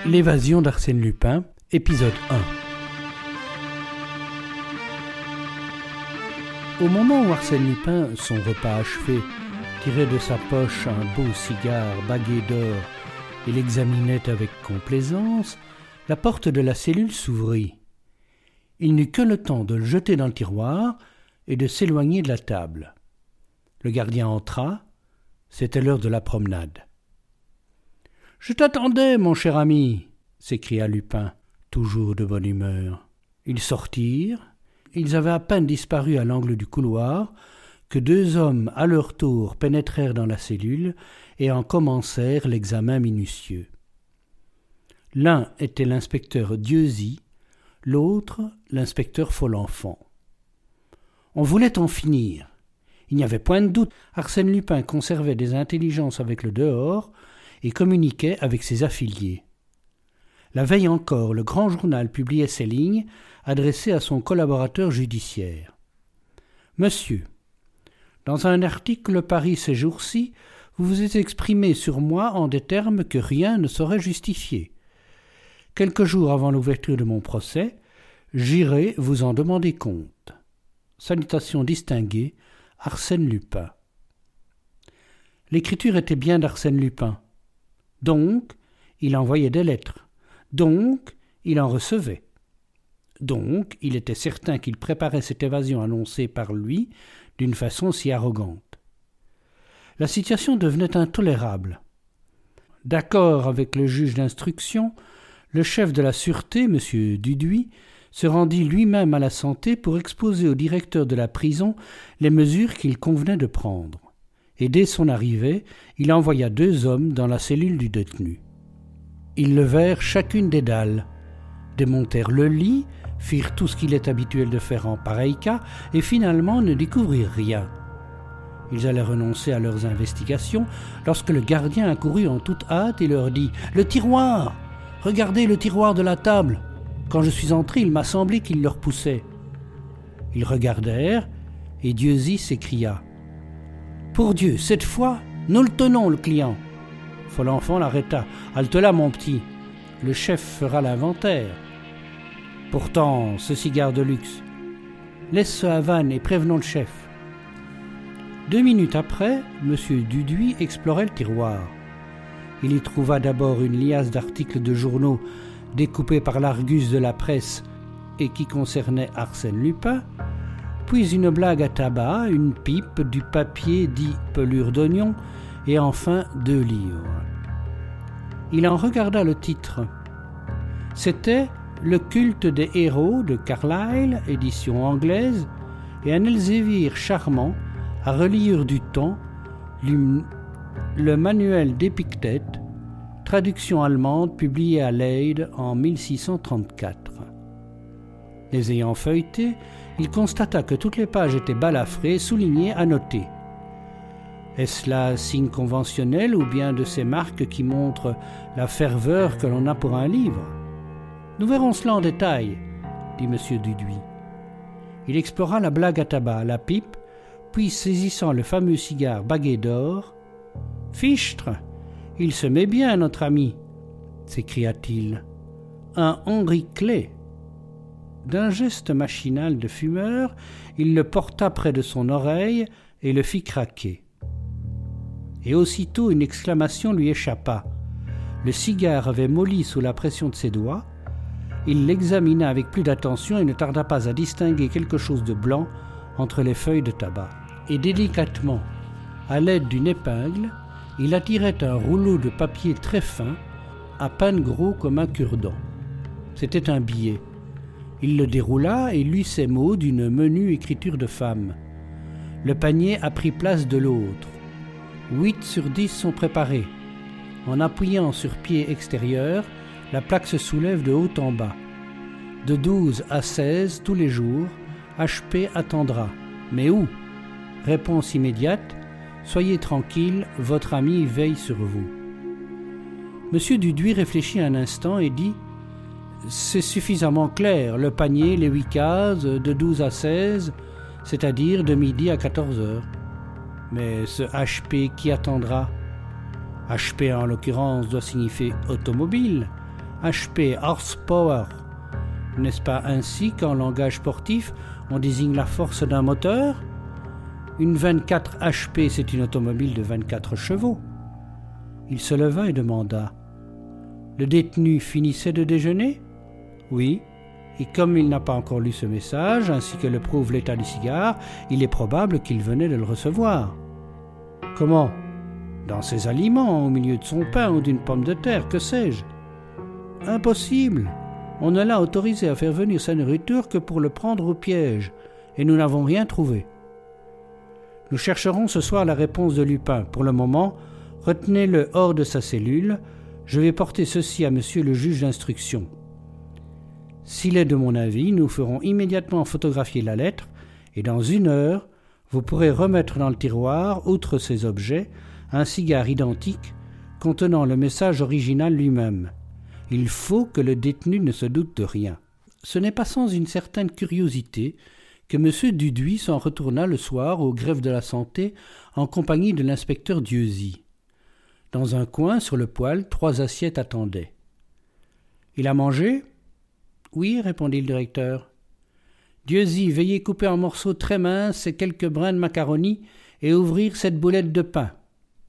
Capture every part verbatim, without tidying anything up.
L'évasion d'Arsène Lupin, épisode un. Au moment où Arsène Lupin, son repas achevé, tirait de sa poche un beau cigare bagué d'or et l'examinait avec complaisance, la porte de la cellule s'ouvrit. Il n'eut que le temps de le jeter dans le tiroir et de s'éloigner de la table. Le gardien entra, c'était l'heure de la promenade. « Je t'attendais, mon cher ami !» s'écria Lupin, toujours de bonne humeur. Ils sortirent. Ils avaient à peine disparu à l'angle du couloir que deux hommes, à leur tour, pénétrèrent dans la cellule et en commencèrent l'examen minutieux. L'un était l'inspecteur Dieuzy, l'autre l'inspecteur Folenfant. On voulait en finir. Il n'y avait point de doute, Arsène Lupin conservait des intelligences avec le dehors et communiquait avec ses affiliés. La veille encore, le grand journal publiait ces lignes adressées à son collaborateur judiciaire. « Monsieur, dans un article paru ces jours-ci, vous vous êtes exprimé sur moi en des termes que rien ne saurait justifier. Quelques jours avant l'ouverture de mon procès, j'irai vous en demander compte. Salutations distinguées, Arsène Lupin. » L'écriture était bien d'Arsène Lupin. Donc, il envoyait des lettres. Donc, il en recevait. Donc, il était certain qu'il préparait cette évasion annoncée par lui d'une façon si arrogante. La situation devenait intolérable. D'accord avec le juge d'instruction, le chef de la sûreté, M. Duduy, se rendit lui-même à la Santé pour exposer au directeur de la prison les mesures qu'il convenait de prendre. Et dès son arrivée, il envoya deux hommes dans la cellule du détenu. Ils levèrent chacune des dalles, démontèrent le lit, firent tout ce qu'il est habituel de faire en pareil cas, et finalement ne découvrirent rien. Ils allaient renoncer à leurs investigations lorsque le gardien accourut en toute hâte et leur dit « Le tiroir ! Regardez le tiroir de la table ! Quand je suis entré, il m'a semblé qu'il le repoussait. » Ils regardèrent, et Dieuzy s'écria « Pour Dieu, cette fois, nous le tenons, le client !» Folenfant l'arrêta. « Halte là, mon petit, le chef fera l'inventaire. Pourtant, ce cigare de luxe. Laisse ce Havane et prévenons le chef. » Deux minutes après, M. Duduy explorait le tiroir. Il y trouva d'abord une liasse d'articles de journaux découpés par l'Argus de la presse et qui concernaient Arsène Lupin, puis une blague à tabac, une pipe, du papier dit pelure d'oignon, et enfin deux livres. Il en regarda le titre. C'était « Le culte des héros » de Carlyle, édition anglaise, et un Elzévier charmant, à reliure du temps, le manuel d'Épictète, traduction allemande publiée à Leyde en mille six cent trente-quatre. Les ayant feuilletés, il constata que toutes les pages étaient balafrées, soulignées, annotées. Est-ce là signe conventionnel ou bien de ces marques qui montrent la ferveur que l'on a pour un livre ? Nous verrons cela en détail, dit M. Duduy. Il explora la blague à tabac, la pipe, puis saisissant le fameux cigare bagué d'or, « Fichtre, il se met bien, notre ami !» s'écria-t-il. « Un Henri Clé !» D'un geste machinal de fumeur, il le porta près de son oreille et le fit craquer. Et aussitôt une exclamation lui échappa. Le cigare avait molli sous la pression de ses doigts. Il l'examina avec plus d'attention et ne tarda pas à distinguer quelque chose de blanc entre les feuilles de tabac. Et délicatement, à l'aide d'une épingle, il attirait un rouleau de papier très fin, à peine gros comme un cure-dent. C'était un billet. Il le déroula et lut ces mots d'une menue écriture de femme. Le panier a pris place de l'autre. Huit sur dix sont préparés. En appuyant sur pied extérieur, la plaque se soulève de haut en bas. De douze à seize tous les jours, H P attendra. Mais où ? Réponse immédiate. Soyez tranquille, votre ami veille sur vous. Monsieur Duduy réfléchit un instant et dit « C'est suffisamment clair, le panier, les huit cases, de douze à seize, c'est-à-dire de midi à quatorze heures. Mais ce H P qui attendra ? H P en l'occurrence doit signifier automobile. H P, horsepower. N'est-ce pas ainsi qu'en langage sportif, on désigne la force d'un moteur ? Une vingt-quatre H P, c'est une automobile de vingt-quatre chevaux. Il se leva et demanda. Le détenu finissait de déjeuner ? Oui. Et comme il n'a pas encore lu ce message, ainsi que le prouve l'état du cigare, il est probable qu'il venait de le recevoir. Comment ? Dans ses aliments, au milieu de son pain ou d'une pomme de terre, que sais-je ? Impossible. On ne l'a autorisé à faire venir sa nourriture que pour le prendre au piège, et nous n'avons rien trouvé. Nous chercherons ce soir la réponse de Lupin. Pour le moment, retenez-le hors de sa cellule. Je vais porter ceci à monsieur le juge d'instruction. S'il est de mon avis, nous ferons immédiatement photographier la lettre, et dans une heure, vous pourrez remettre dans le tiroir, outre ces objets, un cigare identique contenant le message original lui-même. Il faut que le détenu ne se doute de rien. Ce n'est pas sans une certaine curiosité que M. Duduit s'en retourna le soir au greffe de la santé en compagnie de l'inspecteur Dieuzy. Dans un coin, sur le poêle, trois assiettes attendaient. « Il a mangé ?»« Oui, répondit le directeur. »« Dieuzy, veuillez couper en morceaux très minces ces quelques brins de macaroni et ouvrir cette boulette de pain. »« Rien ? » ?»«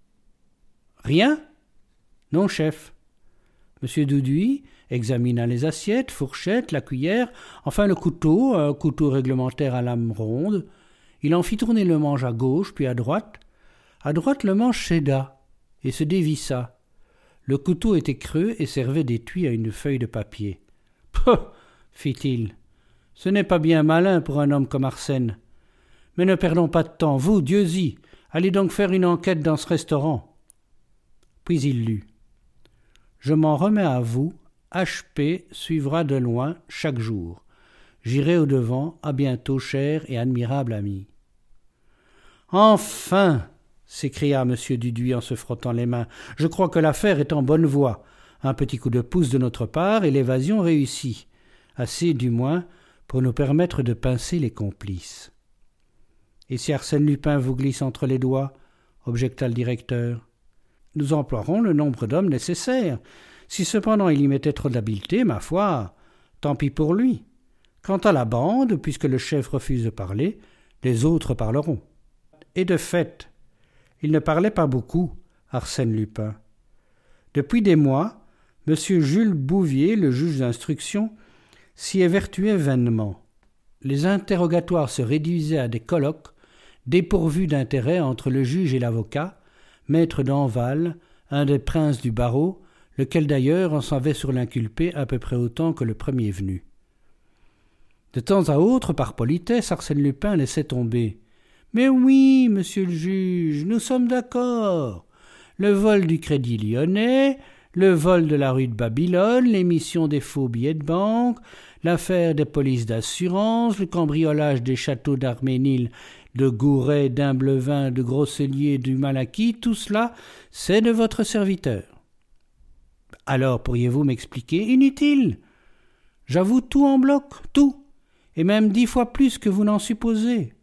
Non, chef. » M. Duduit examina les assiettes, fourchettes, la cuillère, enfin le couteau, un couteau réglementaire à lame ronde. Il en fit tourner le manche à gauche, puis à droite. À droite, le manche céda et se dévissa. Le couteau était creux et servait d'étui à une feuille de papier. « Pouh !» fit-il. « Ce n'est pas bien malin pour un homme comme Arsène. Mais ne perdons pas de temps. Vous, Dieuzy, allez donc faire une enquête dans ce restaurant. » Puis il lut. « Je m'en remets à vous. H P suivra de loin chaque jour. J'irai au-devant. À bientôt, cher et admirable ami. »« Enfin !» s'écria M. Duduit en se frottant les mains. « Je crois que l'affaire est en bonne voie. Un petit coup de pouce de notre part et l'évasion réussit. Assez, du moins, pour nous permettre de pincer les complices. »« Et si Arsène Lupin vous glisse entre les doigts ?» objecta le directeur. « Nous emploierons le nombre d'hommes nécessaire. Si cependant il y mettait trop d'habileté, ma foi, tant pis pour lui. Quant à la bande, puisque le chef refuse de parler, les autres parleront. » Et de fait, il ne parlait pas beaucoup, Arsène Lupin. Depuis des mois, M. Jules Bouvier, le juge d'instruction, s'y évertuait vainement. Les interrogatoires se réduisaient à des colloques, dépourvus d'intérêt entre le juge et l'avocat, maître d'Enval, un des princes du barreau, lequel d'ailleurs en savait sur l'inculpé à peu près autant que le premier venu. De temps à autre, par politesse, Arsène Lupin laissait tomber. « Mais oui, monsieur le juge, nous sommes d'accord. Le vol du Crédit Lyonnais, le vol de la rue de Babylone, l'émission des faux billets de banque, l'affaire des polices d'assurance, le cambriolage des châteaux d'Arménil, de Gouret, d'Imblevain, de Grosselier, du Malaquis, tout cela, c'est de votre serviteur. » Alors pourriez-vous m'expliquer ? Inutile. J'avoue tout en bloc, tout, et même dix fois plus que vous n'en supposez.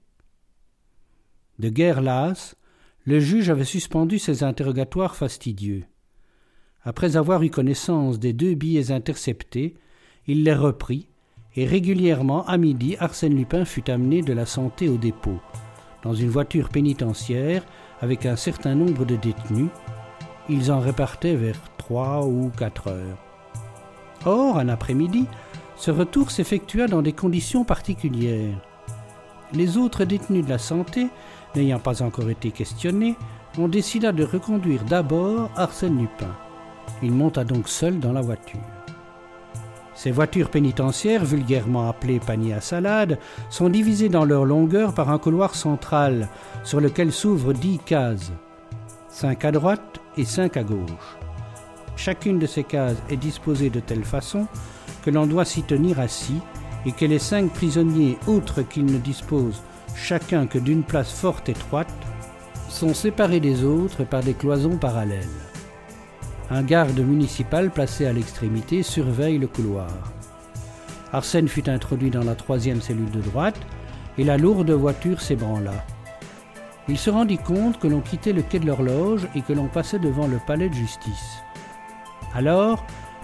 De guerre lasse, le juge avait suspendu ses interrogatoires fastidieux. Après avoir eu connaissance des deux billets interceptés, il les reprit, et régulièrement, à midi, Arsène Lupin fut amené de la santé au dépôt, dans une voiture pénitentiaire avec un certain nombre de détenus. Ils en répartaient vers trois ou quatre heures. Or, un après-midi, ce retour s'effectua dans des conditions particulières. Les autres détenus de la santé, n'ayant pas encore été questionnés, on décida de reconduire d'abord Arsène Lupin. Il monta donc seul dans la voiture. Ces voitures pénitentiaires, vulgairement appelées paniers à salade, sont divisées dans leur longueur par un couloir central sur lequel s'ouvrent dix cases, cinq à droite et cinq à gauche. Chacune de ces cases est disposée de telle façon que l'on doit s'y tenir assis et que les cinq prisonniers, outre qu'ils ne disposent chacun que d'une place fort étroite, sont séparés des autres par des cloisons parallèles. Un garde municipal placé à l'extrémité surveille le couloir. Arsène fut introduit dans la troisième cellule de droite et la lourde voiture s'ébranla. Il se rendit compte que l'on quittait le quai de l'Horloge et que l'on passait devant le palais de justice. Alors,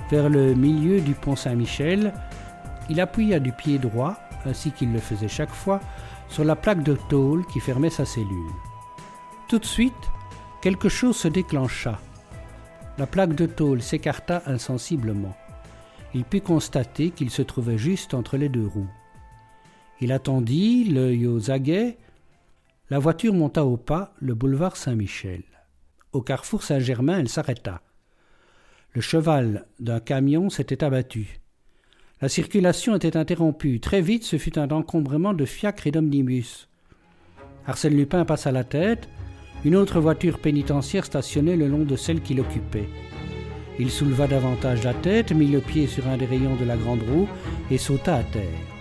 vers le milieu du pont Saint-Michel. Il appuya du pied droit, ainsi qu'il le faisait chaque fois, sur la plaque de tôle qui fermait sa cellule. Tout de suite, quelque chose se déclencha. La plaque de tôle s'écarta insensiblement. Il put constater qu'il se trouvait juste entre les deux roues. Il attendit, l'œil aux aguets. La voiture monta au pas le boulevard Saint-Michel. Au carrefour Saint-Germain, elle s'arrêta. Le cheval d'un camion s'était abattu. La circulation était interrompue. Très vite, ce fut un encombrement de fiacres et d'omnibus. Arsène Lupin passa la tête. Une autre voiture pénitentiaire stationnait le long de celle qu'il occupait. Il souleva davantage la tête, mit le pied sur un des rayons de la grande roue et sauta à terre.